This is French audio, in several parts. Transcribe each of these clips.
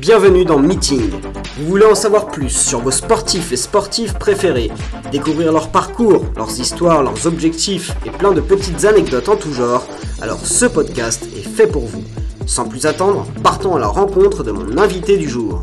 Bienvenue dans Meeting. Vous voulez en savoir plus sur vos sportifs et sportives préférés, découvrir leur parcours, leurs histoires, leurs objectifs et plein de petites anecdotes en tout genre, alors ce podcast est fait pour vous. Sans plus attendre, partons à la rencontre de mon invité du jour.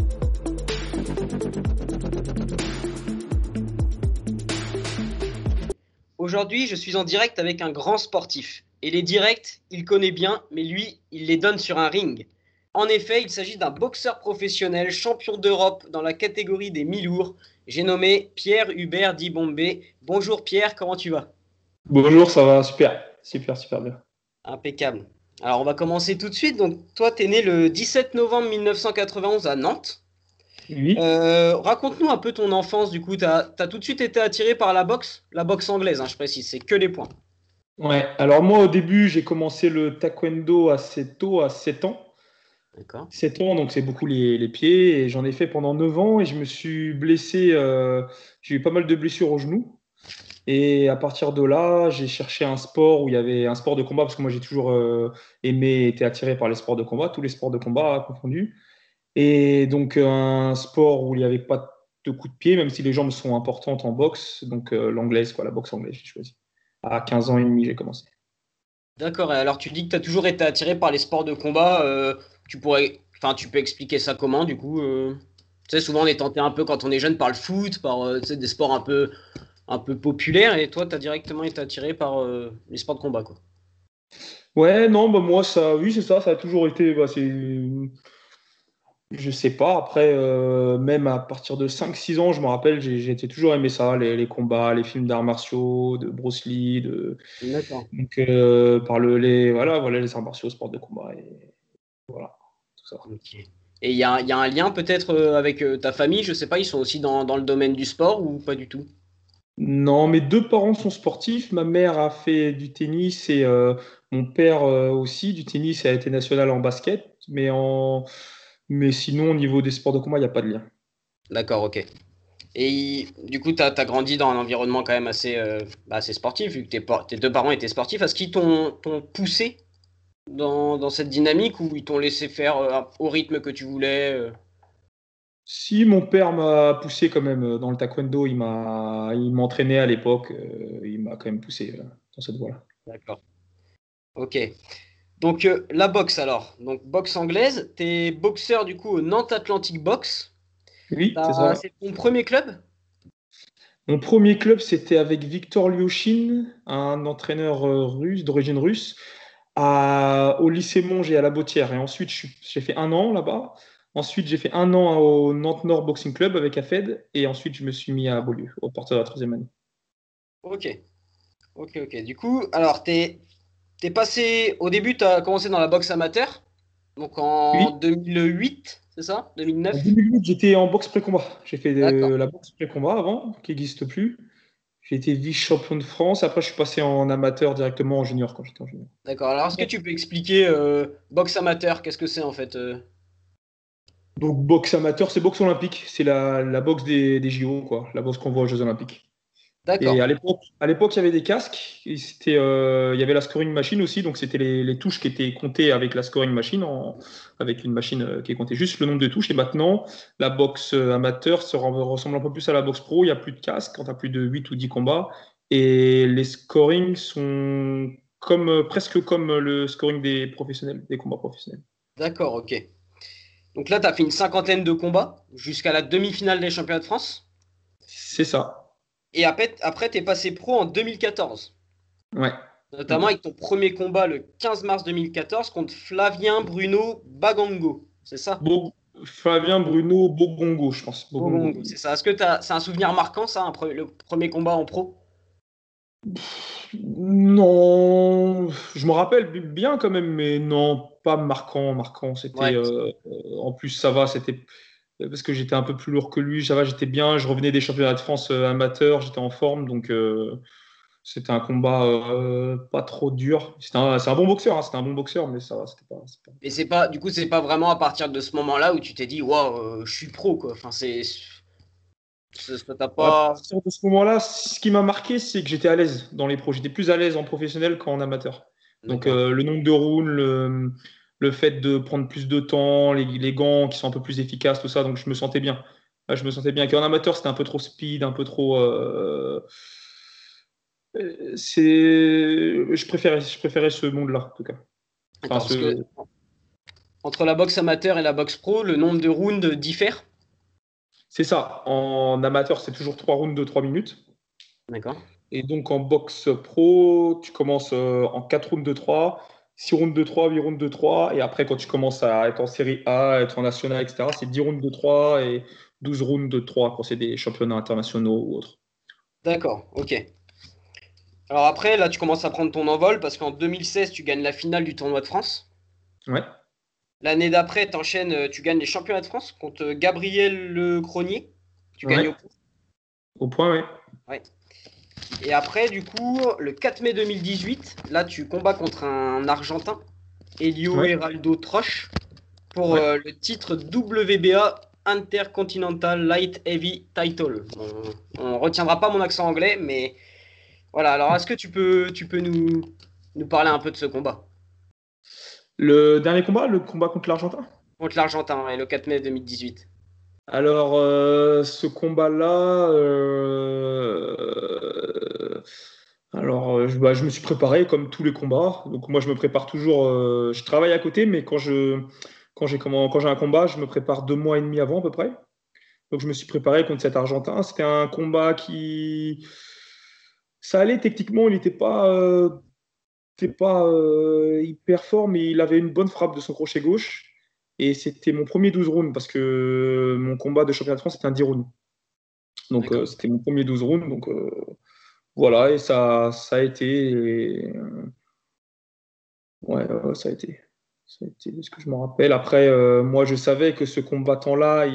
Aujourd'hui, je suis en direct avec un grand sportif. Et les directs, il connaît bien, mais lui, il les donne sur un ring. En effet, il s'agit d'un boxeur professionnel, champion d'Europe dans la catégorie des mi-lourds. J'ai nommé Pierre Hubert Dibombé. Bonjour Pierre, comment tu vas ? Bonjour, ça va, super bien. Impeccable. Alors on va commencer tout de suite. Donc toi, tu es né le 17 novembre 1991 à Nantes. Oui. Raconte-nous un peu ton enfance, du coup. T'as tout de suite été attiré par la boxe anglaise, je précise, c'est que les points. Ouais, alors moi au début j'ai commencé le taekwondo assez tôt, à 7 ans. D'accord. 7 ans, donc c'est beaucoup les pieds, et j'en ai fait pendant 9 ans et je me suis blessé, j'ai eu pas mal de blessures au genou. Et à partir de là, j'ai cherché un sport où il y avait un sport de combat, parce que moi j'ai toujours aimé, été attiré par les sports de combat, tous les sports de combat confondus. Et donc un sport où il n'y avait pas de coups de pied, même si les jambes sont importantes en boxe, donc l'anglaise, quoi, la boxe anglaise, j'ai choisi. À 15 ans et demi, j'ai commencé. D'accord, et alors tu dis que tu as toujours été attiré par les sports de combat. Tu peux expliquer ça comment, du coup Tu sais, souvent on est tenté un peu quand on est jeune par le foot, par tu sais, des sports un peu populaires, et toi tu as directement été attiré par les sports de combat, quoi. Ouais, non, bah moi, ça, oui, c'est ça, ça a toujours été, je sais pas, après, même à partir de 5 6 ans, je me rappelle, j'ai toujours aimé ça, les combats, les films d'arts martiaux, de Bruce Lee, D'accord. donc, voilà, les arts martiaux, sport de combat, et voilà, tout ça. Ok. Et il y a un lien peut-être avec ta famille, je sais pas, ils sont aussi dans le domaine du sport ou pas du tout? Non, mes deux parents sont sportifs. Ma mère a fait du tennis et mon père aussi du tennis et a été national en basket. Mais sinon, au niveau des sports de combat, il n'y a pas de lien. D'accord, ok. Et du coup, tu as grandi dans un environnement quand même assez sportif, vu que tes deux parents étaient sportifs. Est-ce qu'ils t'ont poussé dans cette dynamique ou ils t'ont laissé faire au rythme que tu voulais Si mon père m'a poussé quand même dans le taekwondo, il m'entraînait à l'époque, il m'a quand même poussé dans cette voie-là. D'accord. Ok. Donc, la boxe alors. Donc, boxe anglaise. T'es boxeur du coup au Nantes Atlantic Box. Oui, c'est ça. C'est ton premier club? Mon premier club, c'était avec Victor Lyoshin, un entraîneur russe, d'origine russe, au lycée Monge et à la Bautière. Et ensuite, j'ai fait un an là-bas. Ensuite, j'ai fait un an au Nantes Nord Boxing Club avec AFED. Et ensuite, je me suis mis à Beaulieu, au porteur de la troisième année. Ok. Ok, ok. Du coup, alors, t'es passé. Au début, tu as commencé dans la boxe amateur. Donc en Oui, 2008, c'est ça? en 2009? 2008, j'étais en boxe pré-combat. J'ai fait D'accord. de la boxe pré-combat avant, qui n'existe plus. J'ai été vice-champion de France. Après, je suis passé en amateur directement en junior quand j'étais en junior. D'accord. Alors, est-ce que tu peux expliquer boxe amateur, qu'est-ce que c'est en fait Donc, boxe amateur, c'est boxe olympique. C'est la boxe des JO, quoi. La boxe qu'on voit aux Jeux Olympiques. Et D'accord. à l'époque, il y avait des casques. Il y avait la scoring machine aussi. Donc, c'était les touches qui étaient comptées avec la scoring machine, avec une machine qui comptait juste le nombre de touches. Et maintenant, la boxe amateur ressemble un peu plus à la boxe pro. Il n'y a plus de casque quand tu as plus de 8 ou 10 combats. Et les scorings sont presque comme le scoring des professionnels, des combats professionnels. D'accord, ok. Donc là, tu as fait une cinquantaine de combats jusqu'à la demi-finale des championnats de France. C'est ça. Et après tu es passé pro en 2014. Ouais. Notamment avec ton premier combat le 15 mars 2014 contre Flavien Bruno Bagango. C'est ça? Flavien Bruno Bogongo, je pense. Bogongo. Bagango, c'est ça. Est-ce que c'est un souvenir marquant, ça, le premier combat en pro? Non, je me rappelle bien quand même, mais non, pas marquant. C'était Ouais. en plus ça va, c'était parce que j'étais un peu plus lourd que lui. Ça va, j'étais bien. Je revenais des championnats de France amateurs, j'étais en forme, donc c'était un combat pas trop dur. C'est un bon boxeur, hein, c'était un bon boxeur, mais ça va, Mais du coup, c'est pas vraiment à partir de ce moment-là où tu t'es dit, waouh, je suis pro, quoi. Enfin, ça t'a À pas. partir de ce moment-là, ce qui m'a marqué, c'est que j'étais à l'aise dans les pros. J'étais plus à l'aise en professionnel qu'en amateur. Donc D'accord. le nombre de rounds, le fait de prendre plus de temps, les gants qui sont un peu plus efficaces, tout ça. Donc, je me sentais bien. Ouais, je me sentais bien. Qu'en amateur, c'était un peu trop speed, un peu trop. Je préférais ce monde-là, en tout cas. Enfin, D'accord, parce que entre la boxe amateur et la boxe pro, le nombre de rounds diffère. c'est ça. En amateur, c'est toujours 3 rounds de 3 minutes. D'accord. Et donc, en boxe pro, tu commences en 4 rounds de 3, 6 rounds de 3, 8 rounds de 3. Et après, quand tu commences à être en série A, être en national, etc., c'est 10 rounds de 3 et 12 rounds de 3 quand c'est des championnats internationaux ou autres. D'accord, ok. Alors après, là, tu commences à prendre ton envol parce qu'en 2016, tu gagnes la finale du tournoi de France. Ouais, L'année d'après, tu gagnes les championnats de France contre Gabriel Le Cronier. Tu gagnes ouais, au point. au point, ouais. Ouais. Et après, du coup, le 4 mai 2018, là, tu combats contre un Argentin, Elio Ouais, Heraldo Troche, pour ouais. le titre WBA Intercontinental Light Heavy Title. On retiendra pas mon accent anglais, mais voilà. Alors, est-ce que tu peux nous parler un peu de ce combat Le dernier combat, le combat contre l'Argentin. contre l'Argentin, ouais, le 4 mai 2018? Alors, ce combat-là, je me suis préparé comme tous les combats. Donc, moi, je me prépare toujours. Je travaille à côté, mais quand j'ai un combat, je me prépare 2 mois et demi avant à peu près. Donc, je me suis préparé contre cet Argentin. C'était un combat qui. Ça allait techniquement, il n'était pas hyper fort, mais il avait une bonne frappe de son crochet gauche. Et c'était mon premier 12 rounds parce que mon combat de championnat de France, c'était un 10 rounds. Donc, D'accord. c'était mon premier 12 rounds. Donc, voilà, et ça a été. Ouais, ça a été. Ça a été de ce que je me rappelle. Après, moi, je savais que ce combattant-là,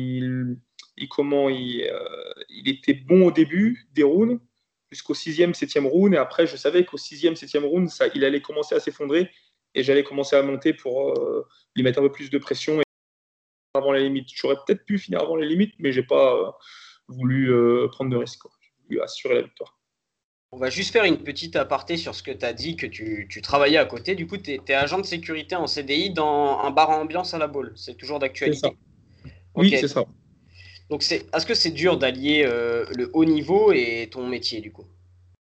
il était bon au début des rounds, jusqu'au sixième, septième round. Et après, je savais qu'au sixième, septième round, il allait commencer à s'effondrer. Et j'allais commencer à monter pour lui mettre un peu plus de pression et avant les limites. J'aurais peut-être pu finir avant les limites, mais j'ai pas voulu prendre de risque, quoi. J'ai voulu assurer la victoire. On va juste faire une petite aparté sur ce que tu as dit, que tu travaillais à côté. Du coup, tu es agent de sécurité en CDI dans un bar à ambiance à la Baule. C'est toujours C'est ça. d'actualité? Ok. Oui, c'est ça. Donc, est-ce que c'est dur d'allier le haut niveau et ton métier, du coup?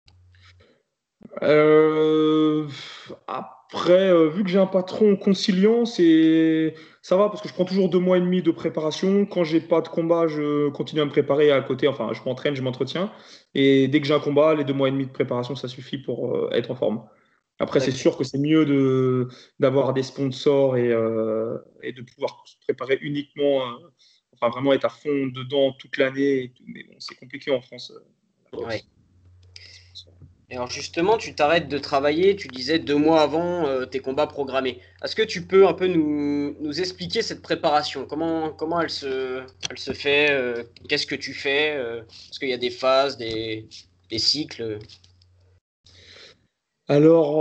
Euh, Après, vu que j'ai un patron conciliant, ça va parce que je prends toujours 2 mois et demi de préparation. Quand j'ai pas de combat, je continue à me préparer à côté. Enfin, je m'entraîne, je m'entretiens. Et dès que j'ai un combat, les 2 mois et demi de préparation, ça suffit pour être en forme. Après, c'est D'accord. sûr que c'est mieux d'avoir des sponsors et de pouvoir se préparer uniquement, enfin vraiment être à fond dedans toute l'année. Mais bon, c'est compliqué en France. La Ouais. boxe. Et alors justement, tu t'arrêtes de travailler, tu disais 2 mois avant tes combats programmés. Est-ce que tu peux un peu nous expliquer cette préparation? Comment elle se fait? Qu'est-ce que tu fais? Est-ce qu'il y a des phases, des cycles? Alors,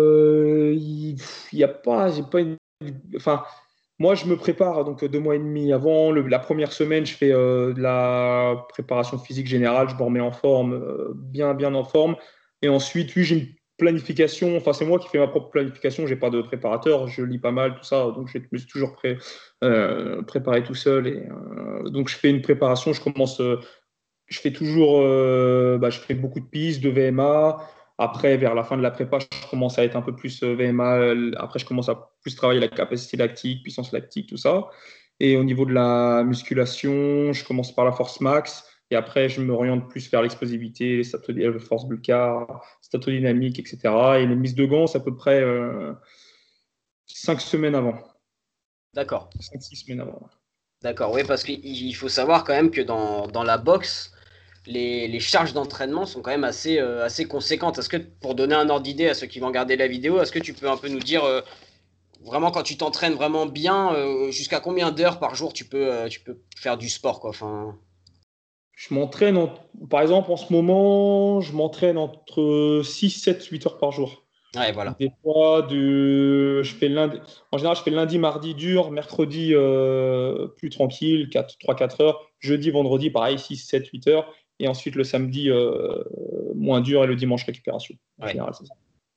il y a pas, j'ai pas une. Enfin, moi, je me prépare donc 2 mois et demi avant. La première semaine, je fais de la préparation physique générale. Je me remets en forme, bien, bien en forme. Et ensuite, oui, j'ai une planification. Enfin, c'est moi qui fais ma propre planification. J'ai pas de préparateur. Je lis pas mal tout ça. Donc, je me suis toujours préparé tout seul. Et donc, je fais une préparation. Je fais toujours, je fais beaucoup de pistes, de VMA. Après, vers la fin de la prépa, je commence à être un peu plus VMA. Après, je commence à plus travailler la capacité lactique, puissance lactique, tout ça. Et au niveau de la musculation, je commence par la force max. Et après, je m'oriente plus vers l'explosivité, les force bulgare, statodynamique, etc. Et les mises de gants, c'est à peu près 5 semaines avant. D'accord. 5, 6 semaines avant. D'accord, oui, parce qu'il faut savoir quand même que dans la boxe, les charges d'entraînement sont quand même assez conséquentes. Est-ce que, pour donner un ordre d'idée à ceux qui vont regarder la vidéo, est-ce que tu peux un peu nous dire vraiment quand tu t'entraînes vraiment bien, jusqu'à combien d'heures par jour tu peux faire du sport, quoi. Enfin, Je m'entraîne, par exemple, en ce moment, je m'entraîne entre 6, 7, 8 heures par jour. ouais, voilà. Des fois, je fais lundi, en général, je fais lundi, mardi dur, mercredi plus tranquille, 3-4 heures. Jeudi, vendredi, pareil, 6, 7, 8 heures. Et ensuite, le samedi, moins dur et le dimanche, récupération. En Ouais. général, c'est ça.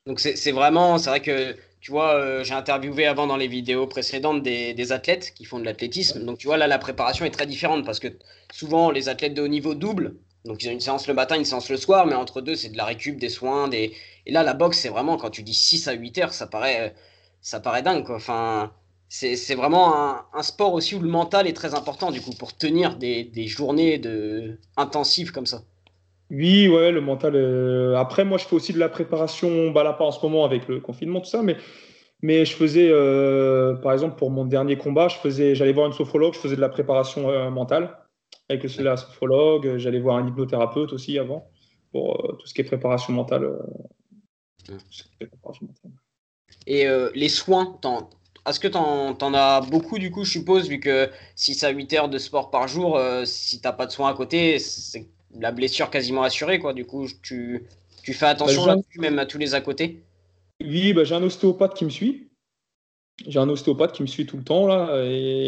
Donc c'est vraiment, c'est vrai que tu vois, j'ai interviewé avant dans les vidéos précédentes des athlètes qui font de l'athlétisme. Donc tu vois, là, la préparation est très différente parce que souvent, les athlètes de haut niveau doublent. Donc ils ont une séance le matin, une séance le soir, mais entre deux, c'est de la récup, des soins. Et là, la boxe, c'est vraiment, quand tu dis 6 à 8 heures, ça paraît dingue, quoi. Enfin, c'est vraiment un sport aussi où le mental est très important, du coup, pour tenir des journées intensives comme ça. Oui, ouais, le mental. Après, moi, je fais aussi de la préparation, bah là, pas en ce moment avec le confinement, tout ça, mais je faisais, par exemple, pour mon dernier combat, j'allais voir une sophrologue, je faisais de la préparation mentale avec la sophrologue, j'allais voir un hypnothérapeute aussi avant pour tout ce qui est préparation mentale. Tout ce qui est préparation mentale. Et les soins, est-ce que t'en as beaucoup du coup, je suppose, vu que 6 à 8 heures de sport par jour, si t'as pas de soins à côté, c'est la blessure quasiment assurée, quoi. Du coup, tu fais Bah, attention là-dessus, même à tous les à côté. oui, bah, j'ai un ostéopathe qui me suit. J'ai un ostéopathe qui me suit tout le temps là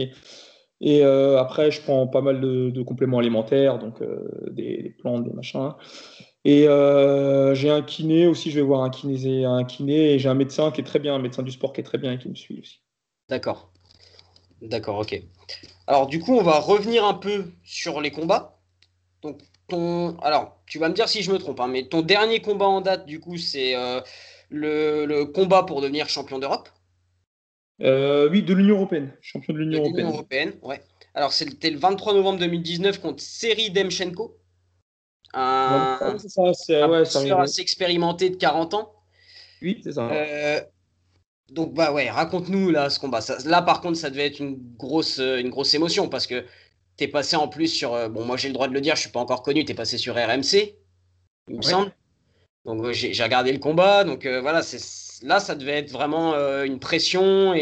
et après je prends pas mal de compléments alimentaires donc des plantes, des machins. Et j'ai un kiné aussi, je vais voir un kiné et j'ai un médecin qui est très bien, un médecin du sport qui est très bien et qui me suit aussi. D'accord, d'accord, ok. Alors du coup, on va revenir un peu sur les combats. Donc, alors, tu vas me dire si je me trompe, hein, mais ton dernier combat en date, du coup, c'est le combat pour devenir champion d'Europe. Oui, de l'Union européenne, champion de De l'Union l'Union européenne. européenne, ouais. Alors, c'était le 23 novembre 2019 contre Seri Demchenko, Ah un, oui, c'est ça, un ouais, c'est boxeur arrivé. assez expérimenté de 40 ans. Oui, c'est ça. Euh, donc, bah ouais, raconte-nous là ce combat. Là, par contre, ça devait être une grosse émotion parce que t'es passé en plus sur. Bon, moi j'ai le droit de le dire, je suis pas encore connu, t'es passé sur RMC, il me Ouais. semble. Donc, j'ai regardé le combat. Donc, voilà, là, ça devait être vraiment une pression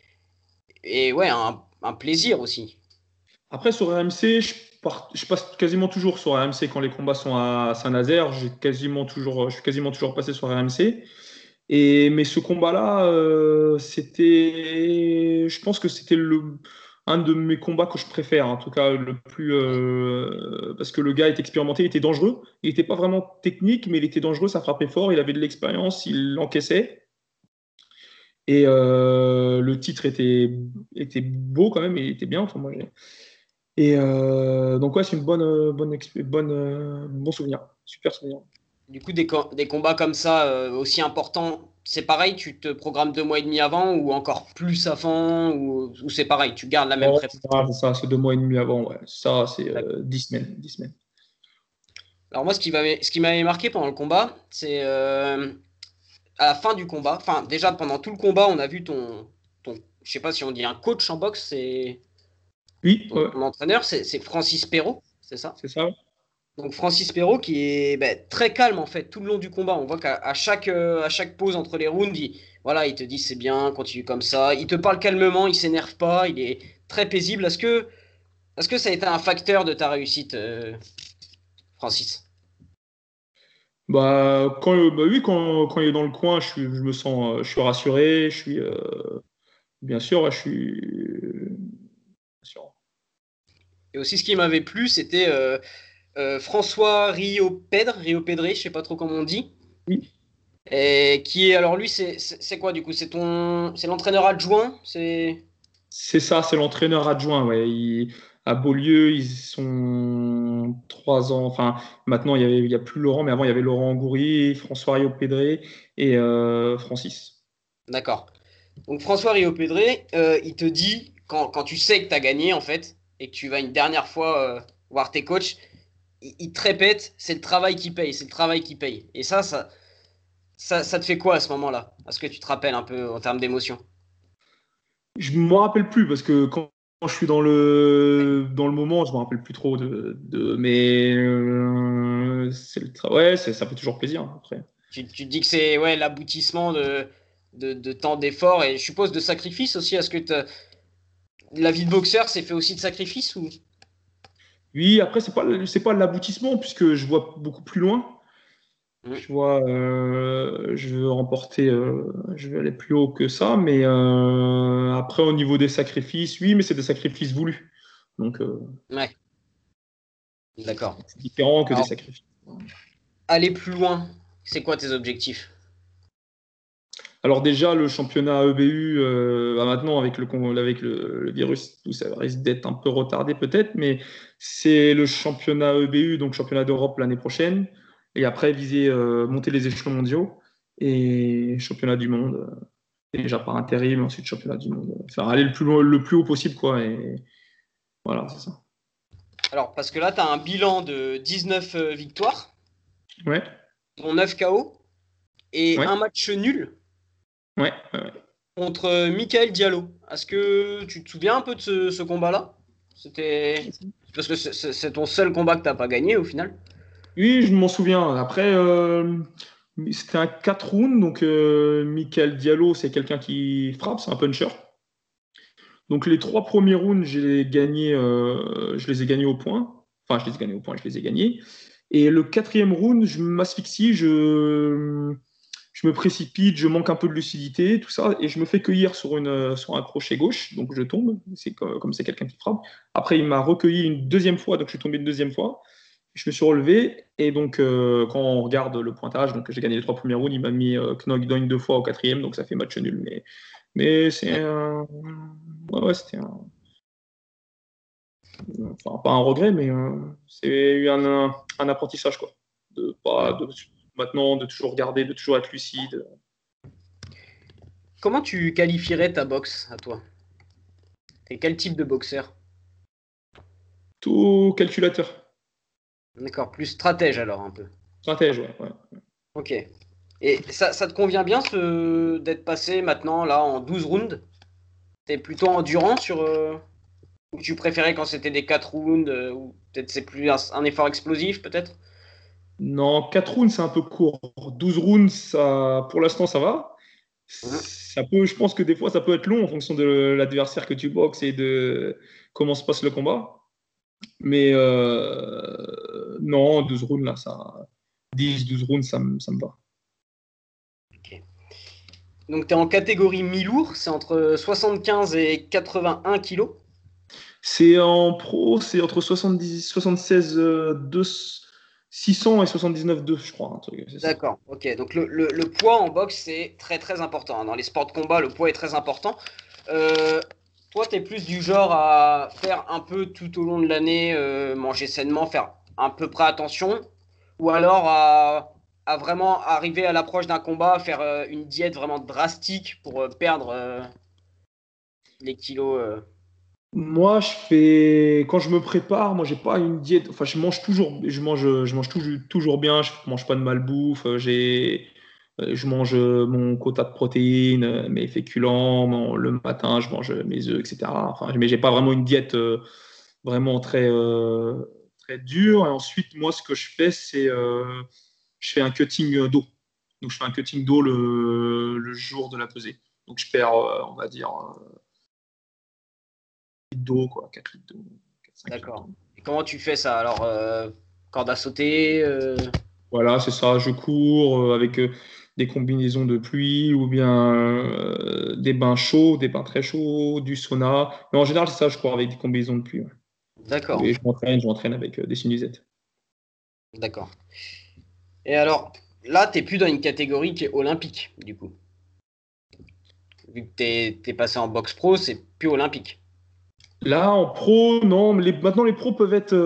et ouais, un plaisir aussi. Après, sur RMC, je passe quasiment toujours sur RMC quand les combats sont à Saint-Nazaire. Je suis quasiment toujours passé sur RMC. Mais ce combat-là, je pense que c'était un de mes combats que je préfère, en tout cas le plus, parce que le gars était expérimenté, il était dangereux. Il n'était pas vraiment technique, mais il était dangereux, ça frappait fort, il avait de l'expérience, il encaissait. Et le titre était beau quand même, il était bien. Enfin, donc ouais, c'est une bon souvenir, super souvenir. Du coup, des combats comme ça, aussi importants, c'est pareil, tu te programmes 2 mois et demi avant ou encore plus avant ou c'est pareil, tu gardes la même Oh, prépa. c'est ça, c'est 2 mois et demi avant, ouais. Ça, c'est 10 semaines, 10 semaines. Alors moi, ce qui m'avait marqué pendant le combat, c'est à la fin du combat, enfin déjà pendant tout le combat, on a vu je sais pas si on dit un coach en boxe, c'est Oui, ouais, ton entraîneur, c'est Francis Perrault, c'est ça? c'est ça. Donc Francis Perrault qui est très calme en fait tout le long du combat. On voit à chaque pause entre les rounds, voilà, il te dit c'est bien, continue comme ça. Il te parle calmement, il s'énerve pas, il est très paisible. Est-ce que ça a été un facteur de ta réussite, Francis? Bah oui, quand il est dans le coin, je me sens, je suis rassuré, bien sûr, ouais, je suis sûr. Et aussi ce qui m'avait plu, c'était François Rio Pedré, je sais pas trop comment on dit. Oui, Et qui est alors lui c'est quoi du coup? C'est l'entraîneur adjoint, c'est c'est ça, c'est l'entraîneur adjoint, ouais. À Beaulieu, ils sont 3 ans. Enfin, maintenant, il y a plus Laurent, mais avant, il y avait Laurent Angoury, François Rio-Pédré et Francis. d'accord. Donc François Rio Pedré, il te dit, quand tu sais que tu as gagné, en fait, et que tu vas une dernière fois voir tes coachs, il te répète, c'est le travail qui paye, c'est le travail qui paye. Et ça te fait quoi à ce moment-là? Est-ce que tu te rappelles un peu en termes d'émotion? Je me rappelle plus parce que quand je suis dans le moment, je me rappelle plus trop mais c'est ouais, ça fait toujours plaisir après. Tu te dis que c'est ouais, l'aboutissement de tant d'efforts et je suppose de sacrifices aussi. Est-ce que la vie de boxeur, c'est fait aussi de sacrifices ou... Oui, après, c'est pas l'aboutissement puisque je vois beaucoup plus loin. Hmm. Je veux remporter, je veux aller plus haut que ça, mais après, au niveau des sacrifices, oui, mais c'est des sacrifices voulus. Donc, Ouais, d'accord. c'est différent que des Alors, sacrifices. aller plus loin, c'est quoi tes objectifs? Alors déjà, le championnat EBU, maintenant avec le virus, tout ça risque d'être un peu retardé peut-être, mais c'est le championnat EBU, donc championnat d'Europe l'année prochaine, et après viser monter les échelons mondiaux et championnat du monde, déjà par intérim, ensuite championnat du monde. Faire aller le plus haut possible, quoi. Et voilà, c'est ça. Alors, parce que là, tu as un bilan de 19 victoires, Ouais, dont 9 KO, et ouais, un match nul ouais, ouais, ouais. contre Michael Diallo. Est-ce que tu te souviens un peu de ce combat-là? C'était. Parce que c'est ton seul combat que tu n'as pas gagné au final. Oui, je m'en souviens. Après, c'était un 4 rounds. Donc, Michael Diallo, c'est quelqu'un qui frappe, c'est un puncher. Donc, les 3 premiers rounds, je les ai gagnés au point. Enfin, je les ai gagnés au point, je les ai gagnés. Et le 4e round, je m'asphyxie, je me précipite, je manque un peu de lucidité, tout ça, et je me fais cueillir sur un crochet gauche. Donc, je tombe. C'est comme c'est quelqu'un qui frappe. Après, il m'a recueilli une deuxième fois, donc je suis tombé une deuxième fois. Je me suis relevé et donc quand on regarde le pointage, donc j'ai gagné les 3 premiers rounds, il m'a mis knockdown 2 fois au 4e, donc ça fait match nul. Mais c'est un... ouais, ouais, c'était enfin, pas un regret, mais c'est eu un apprentissage quoi. De pas de maintenant de toujours garder, de toujours être lucide. Comment tu qualifierais ta boxe à toi? T'es quel type de boxeur? Tout calculateur, D'accord, plus stratège alors un peu. stratège, ouais, ouais. Ok. Et ça te convient bien d'être passé maintenant là en 12 rounds? T'es plutôt endurant ou tu préférais quand c'était des 4 rounds ou peut-être c'est plus un effort explosif peut-être? Non, 4 rounds, c'est un peu court. 12 rounds, ça, pour l'instant, ça va. Mhm. Ça peut, je pense que des fois, ça peut être long en fonction de l'adversaire que tu boxes et de comment se passe le combat. Mais non, 12 rounds, là, ça, 10, 12 rounds, ça me va. Ok. Donc tu es en catégorie mi-lourd, c'est entre 75 et 81 kilos. C'est en pro, c'est entre 70, 76, 2, 600 et 79, 2, je crois, un truc, c'est ça. D'accord, ok. Donc le poids en boxe, c'est très très important. Dans les sports de combat, le poids est très important. Euh, Toi, tu es plus du genre à faire un peu tout au long de l'année, manger sainement, faire à peu près attention, ou alors à vraiment arriver à l'approche d'un combat, faire une diète vraiment drastique pour perdre les kilos. Moi, quand je me prépare, moi, j'ai pas une diète. Enfin, je mange toujours bien. Je mange pas de malbouffe. Je mange mon quota de protéines, mes féculents. Le matin, je mange mes œufs, etc. Enfin, mais j'ai pas vraiment une diète vraiment très très dure. Et ensuite, moi, ce que je fais, c'est je fais un cutting d'eau. Donc, je fais un cutting d'eau le jour de la pesée. Donc, je perds, on va dire, litres d'eau, quoi, 4 litres d'eau, 4-5 litres D'accord. d'eau. Et comment tu fais ça? Alors, corde à sauter Voilà, c'est ça. Je cours avec des combinaisons de pluie ou bien des bains chauds, des bains très chauds, du sauna. Mais en général, c'est ça, je cours avec des combinaisons de pluie. Ouais. D'accord, Et je m'entraîne avec des sinusettes. d'accord. Et alors, là, t'es plus dans une catégorie qui est olympique, du coup. Vu que t'es passé en boxe pro, c'est plus olympique. Là, en pro, non, mais maintenant les pros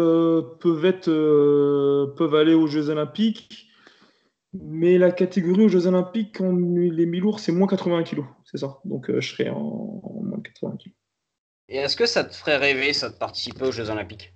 peuvent aller aux Jeux Olympiques, mais la catégorie aux Jeux Olympiques, les mi-lourds, c'est moins 80 kilos, c'est ça. Donc je serai en moins de 80 kilos. Et est-ce que ça te ferait rêver, ça, de participer aux Jeux olympiques?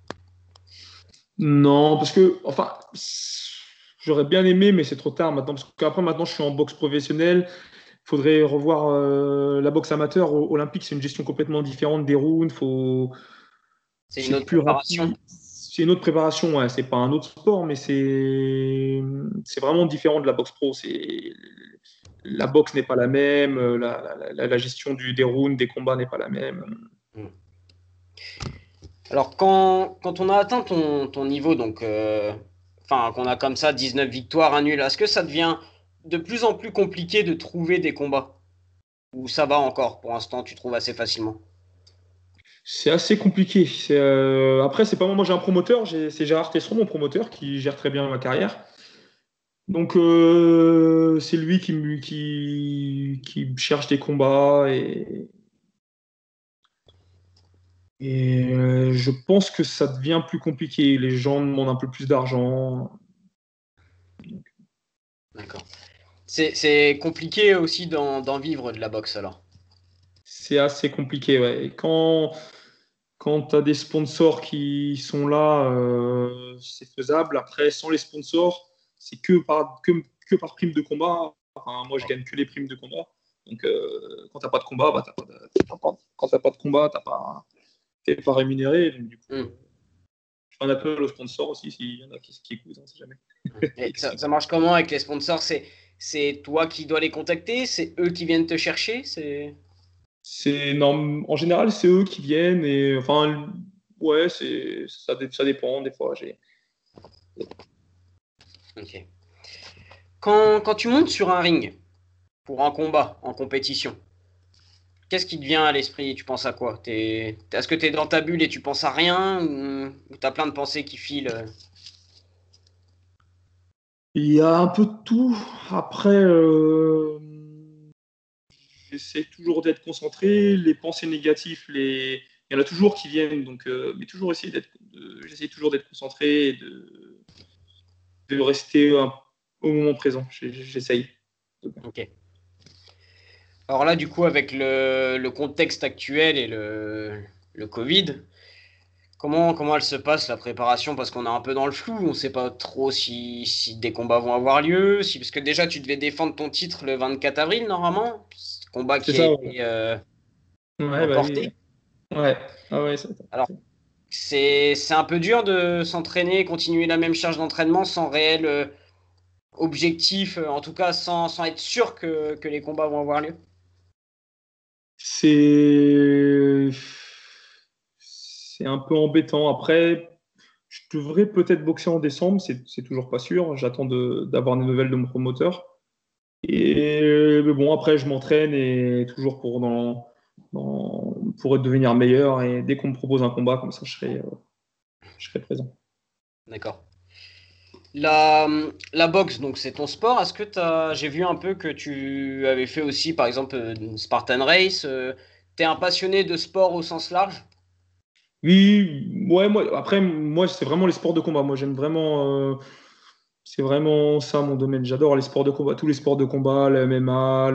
Non, parce que, enfin, j'aurais bien aimé, mais c'est trop tard maintenant, parce qu'après, maintenant, je suis en boxe professionnelle. Il faudrait revoir la boxe amateur olympique, c'est une gestion complètement différente des rounds. C'est une C'est autre plus préparation. rapide. C'est une autre préparation, ouais. C'est pas un autre sport, mais c'est vraiment différent de la boxe pro. La boxe n'est pas la même, la gestion des rounds, des combats n'est pas la même. Hmm. Alors, quand on a atteint ton niveau, donc, enfin, qu'on a comme ça 19 victoires, un nul, est-ce que ça devient de plus en plus compliqué de trouver des combats? Ou ça va encore, pour l'instant, tu trouves assez facilement? C'est assez compliqué. Après, c'est pas moi. Moi, j'ai un promoteur. C'est Gérard Tesson, mon promoteur, qui gère très bien ma carrière. Donc, c'est lui qui cherchent des combats et je pense que ça devient plus compliqué. Les gens demandent un peu plus d'argent. D'accord. C'est compliqué aussi d'en vivre de la boxe alors. C'est assez compliqué, ouais. Et quand tu as des sponsors qui sont là, c'est faisable. Après, sans les sponsors, c'est que par prime de combat. Enfin, moi, je gagne que les primes de combat. Donc, quand tu n'as pas de combat, bah, quand t'as pas de combat, t'es pas rémunéré. Donc, du coup, Hmm. je fais un appel aux sponsors aussi, s'il y en a qui écoutent, on sait jamais. Et ça marche comment avec les sponsors? C'est toi qui dois les contacter? C'est eux qui viennent te chercher? Non, en général, c'est eux qui viennent et enfin, ouais, ça dépend. Des fois, Ok. Quand tu montes sur un ring pour un combat en compétition, qu'est-ce qui te vient à l'esprit? Tu penses à quoi? Est-ce que tu es dans ta bulle et tu penses à rien ou tu as plein de pensées qui filent? il y a un peu de tout. Après, j'essaie toujours d'être concentré. Les pensées négatives, il y en a toujours qui viennent. Donc, mais toujours j'essaie toujours d'être concentré et de rester au moment présent. J'essaye. Ok. Alors là, du coup, avec le contexte actuel et le Covid, comment elle se passe la préparation? Parce qu'on est un peu dans le flou, on ne sait pas trop si des combats vont avoir lieu, parce que déjà tu devais défendre ton titre le 24 avril normalement, combat C'est qui a ça, ouais. été Ouais, bah oui. reporté. Ouais. Ah ouais, ça. Alors c'est un peu dur de s'entraîner, continuer la même charge d'entraînement sans réel objectif, en tout cas sans être sûr que les combats vont avoir lieu. C'est c'est un peu embêtant. Après, je devrais peut-être boxer en décembre, c'est toujours pas sûr. J'attends d'avoir des nouvelles de mon promoteur. Mais bon, après, je m'entraîne et toujours pour devenir meilleur. Et dès qu'on me propose un combat, comme ça, je serai présent. D'accord. La boxe, donc c'est ton sport. Est-ce que j'ai vu un peu que tu avais fait aussi, par exemple, une Spartan Race. T'es un passionné de sport au sens large? Oui, ouais, moi, c'est vraiment les sports de combat. Moi, j'aime vraiment, c'est vraiment ça mon domaine. J'adore les sports de combat, tous les sports de combat, le MMA,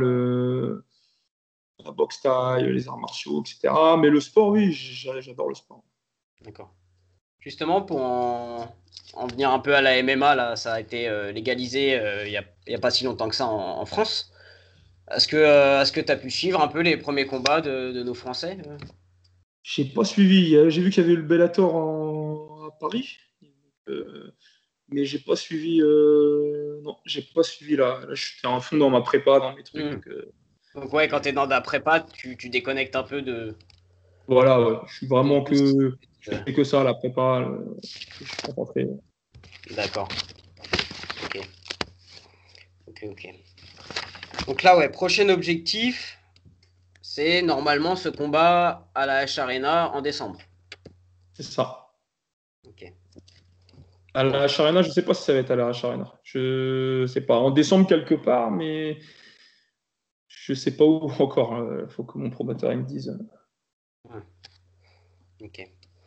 la boxe thaï, les arts martiaux, etc. Mais le sport, oui, j'adore le sport. D'accord. Justement, pour en venir un peu à la MMA, là, ça a été légalisé il y a pas si longtemps que ça en France. Est-ce que tu as pu suivre un peu les premiers combats de nos Français? J'ai pas suivi. J'ai vu qu'il y avait eu le Bellator à Paris, euh, mais j'ai pas suivi. Non, j'ai pas suivi là. Là, j'étais en fond dans ma prépa, dans mes trucs. Hmm. Donc, Donc ouais, quand tu es dans la prépa, tu déconnectes un peu voilà, ouais. Je suis de vraiment tout ce qui... je fais que ça, la prépa. Je suis concentré. D'accord. Ok. Ok, ok. Donc là, ouais, prochain objectif, c'est normalement ce combat à la H Arena en décembre. C'est ça. Ok. À Bon. la Arena, je sais pas si ça va être à la Arena. Je sais pas. En décembre quelque part, mais je sais pas où encore. Il faut que mon promoteur il me dise. Ouais, ok.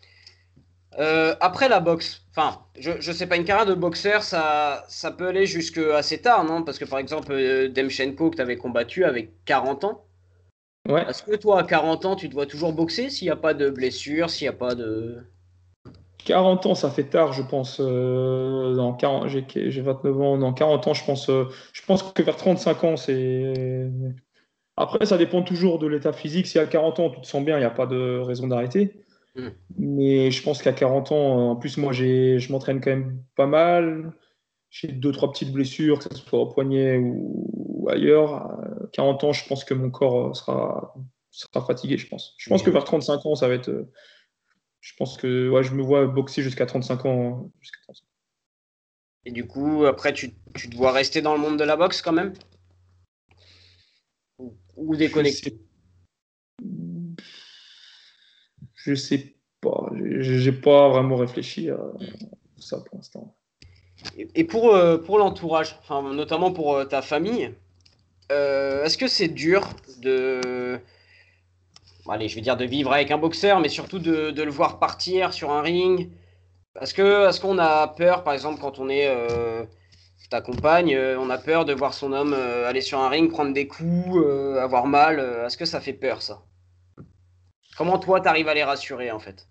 Après la boxe, enfin, je sais pas, une carrière de boxeur, ça peut aller jusque assez tard, non? Parce que par exemple, Demchenko que tu avais combattu avec 40 ans, Ouais. est-ce que toi, à 40 ans, tu dois toujours boxer s'il n'y a pas de blessure, s'il n'y a pas de... 40 ans, ça fait tard, je pense. Dans 40, j'ai 29 ans. Dans 40 ans, je pense que vers 35 ans, c'est. Après, ça dépend toujours de l'état physique. Si à 40 ans, tu te sens bien, il n'y a pas de raison d'arrêter. Hmm. Mais je pense qu'à 40 ans, en plus, moi, je m'entraîne quand même pas mal. J'ai deux, trois petites blessures, que ce soit au poignet ou ailleurs. À 40 ans, je pense que mon corps sera fatigué, je pense. Je pense que Oui. vers 35 ans, ça va être. Je pense que ouais, je me vois boxer jusqu'à 35 ans. Jusqu'à 35 ans. Et du coup, après, tu dois rester dans le monde de la boxe quand même? Ou Je sais, déconnecter? je sais pas. J'ai pas vraiment réfléchi à ça pour l'instant. Et pour l'entourage, enfin, notamment pour ta famille, est-ce que c'est dur de, allez, je vais dire de vivre avec un boxeur, mais surtout de le voir partir sur un ring? Est-ce qu'on a peur, par exemple, quand on est ta compagne, on a peur de voir son homme aller sur un ring, prendre des coups, avoir mal. Est-ce que ça fait peur, ça? Comment toi, t'arrives à les rassurer, en fait?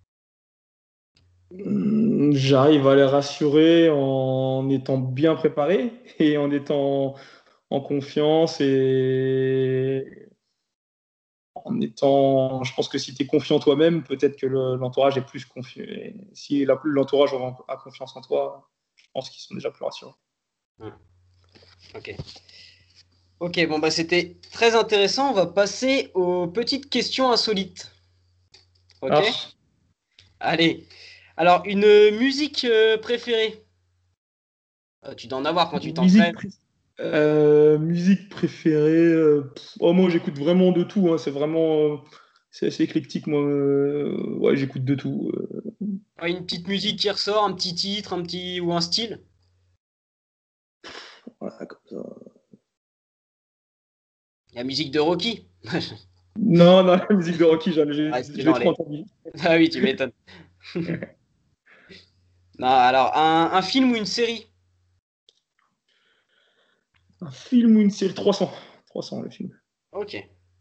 J'arrive à les rassurer en étant bien préparé et en étant en confiance et en étant. Je pense que si tu es confiant toi-même, peut-être que l'entourage est plus confiant. Si l'entourage a confiance en toi, je pense qu'ils sont déjà plus rassurés. Hmm. Ok. Ok, bon, bah c'était très intéressant. On va passer aux petites questions insolites. Ok? Ah, Allez. Alors, une musique préférée? Tu dois en avoir quand tu musique, t'entraînes. pré- musique préférée. Oh, moi, j'écoute vraiment de tout, hein. C'est assez éclectique. Moi, ouais, j'écoute de tout. Ouais, une petite musique qui ressort, un petit titre, ou un style? Voilà, comme ça. La musique de Rocky. Non, non, la musique de Rocky, Rester je l'ai dans trop les. entendu. Ah oui, tu m'étonnes. Non, alors, un film ou une série? Un film ou une série? 300 le film. Ok.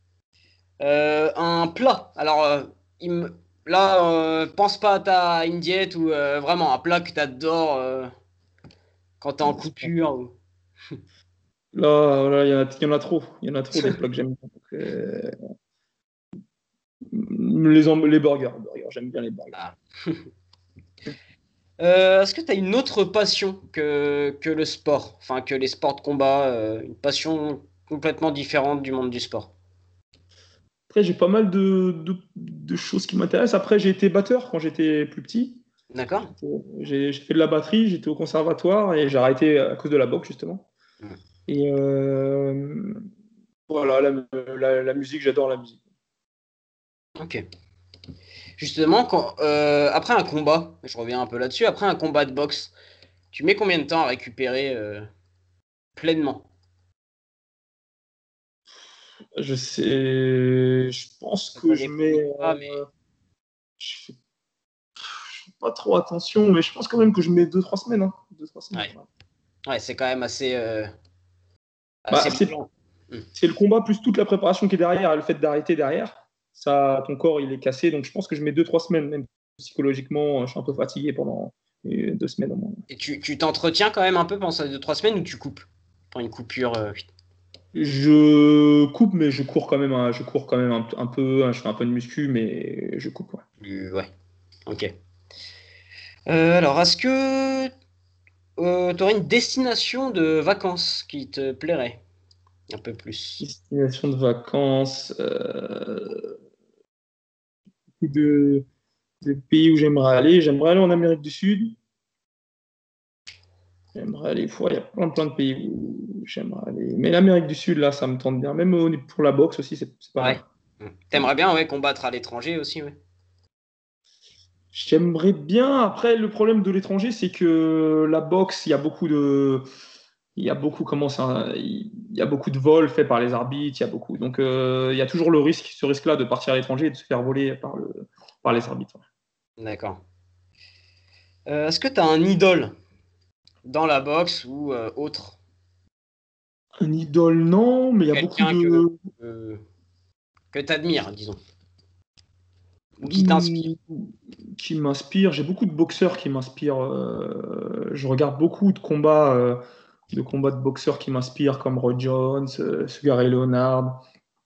Un plat. Alors, là, pense pas à une diète ou vraiment un plat que t'adores quand t'es en coupure. Là, il y en a trop. Il y en a trop des plats que j'aime bien. Donc, les burgers, j'aime bien les burgers. Ah. Est-ce que t'as une autre passion que le sport? Enfin, que les sports de combat, une passion complètement différente du monde du sport. Après, j'ai pas mal de choses qui m'intéressent. Après, j'ai été batteur quand j'étais plus petit. D'accord? J'ai fait de la batterie, j'étais au conservatoire et j'ai arrêté à cause de la boxe, justement. Hmm. Et voilà, la musique, j'adore la musique. Ok. Justement, après un combat, je reviens un peu là-dessus, après un combat de boxe, tu mets combien de temps à récupérer pleinement? Je pense que Ça je dépend du mets, combat, mais je fais pas trop attention, mais je pense quand même que je mets 2, 3 semaines, hein. 2, 3 semaines. ouais, Ouais. ouais, c'est quand même Bah, assez violent. Hmm. c'est le combat plus toute la préparation qui est derrière et le fait d'arrêter derrière. Ça, ton corps, il est cassé. Donc, je pense que je mets 2, 3 semaines, même psychologiquement. Je suis un peu fatigué pendant 2 semaines au moins. Et tu t'entretiens quand même un peu pendant ces 2, 3 semaines ou tu coupes? Pour une coupure. Je coupe, mais je cours quand même un peu. Je fais un peu de muscu, mais je coupe. Ouais. Ouais, ok. Alors, est-ce que tu aurais une destination de vacances qui te plairait un peu plus? Destination de vacances, de, de pays où j'aimerais aller. J'aimerais aller en Amérique du Sud. J'aimerais aller. Il y a plein de pays où j'aimerais aller. Mais l'Amérique du Sud, là, ça me tente bien. Même pour la boxe aussi, c'est pas Ouais. mal. T'aimerais bien, ouais, combattre à l'étranger aussi, ouais. J'aimerais bien. Après, le problème de l'étranger, c'est que la boxe, il y a beaucoup, comment ça, il y a beaucoup de vols faits par les arbitres. Il y a beaucoup. Donc, il y a toujours ce risque-là de partir à l'étranger et de se faire voler par les arbitres. D'accord. Est-ce que tu as un idole dans la boxe ou autre? Un idole, non, mais il y a beaucoup Quelqu'un de. euh, que tu admires, disons, ou qui t'inspire. Hmm, qui m'inspire. J'ai beaucoup de boxeurs qui m'inspirent. Je regarde beaucoup de combats de boxeurs qui m'inspirent, comme Roy Jones, Sugar Ray Leonard,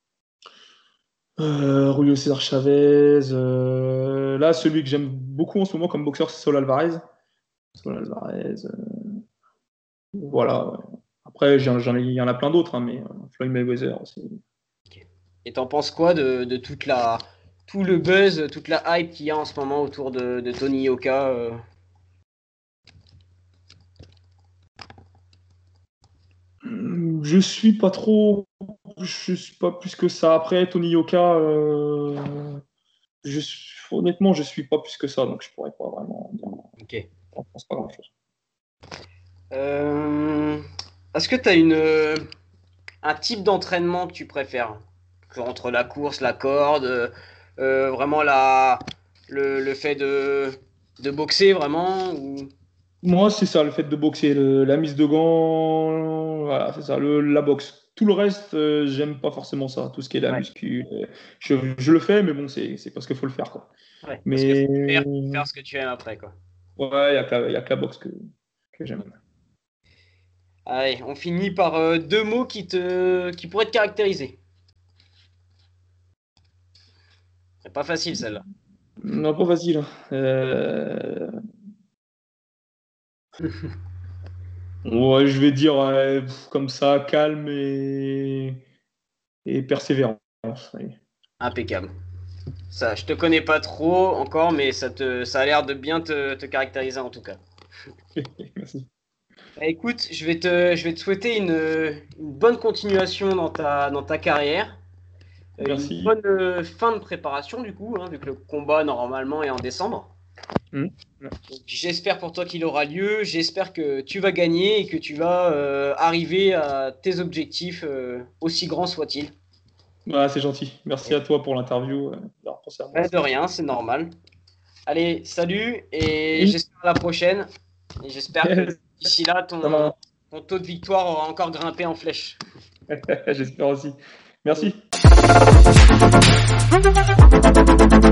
Julio César Chavez. Là, celui que j'aime beaucoup en ce moment comme boxeur, c'est Saul Alvarez. Saul Alvarez. Voilà. Ouais. Après, il y en a plein d'autres, hein, mais Floyd Mayweather aussi. Ok. Et t'en penses quoi de tout le buzz, toute la hype qu'il y a en ce moment autour de Tony Yoka Je suis pas trop. Je suis pas plus que ça. Après, Tony Yoka, honnêtement, je suis pas plus que ça, donc je pourrais pas vraiment dire. Ok. Je pense pas grand-chose. Euh, Est-ce que tu as un type d'entraînement que tu préfères? Entre la course, la corde, vraiment le fait de boxer vraiment ou... Moi, c'est ça, le fait de boxer, la mise de gants, voilà, c'est ça, la boxe. Tout le reste, j'aime pas forcément ça. Tout ce qui est la Ouais, muscu, je le fais, mais bon, c'est parce qu'il faut le faire, quoi. ouais, parce que Mais faut faire ce que tu aimes après, quoi. ouais, il y a que la boxe que j'aime. Allez, on finit par deux mots qui pourraient te caractériser. C'est pas facile celle-là. Non, pas facile, hein. Ouais, je vais dire comme ça, calme et persévérance. Oui. Impeccable. Ça, je te connais pas trop encore, mais ça a l'air de bien te caractériser en tout cas. Merci. Bah, écoute, je vais te souhaiter une bonne continuation dans ta carrière, une Merci. bonne fin de préparation du coup, hein, vu que le combat normalement est en décembre. Hmm. Donc, j'espère pour toi qu'il aura lieu, j'espère que tu vas gagner et que tu vas arriver à tes objectifs, aussi grands soient-ils. Ah, c'est gentil. Merci à toi pour l'interview, d'avoir pensé à moi. Ouais, de rien, c'est normal. Allez, salut et Oui. j'espère à la prochaine. Et j'espère que d'ici là, Ça m'a. ton taux de victoire aura encore grimpé en flèche. J'espère aussi. Merci.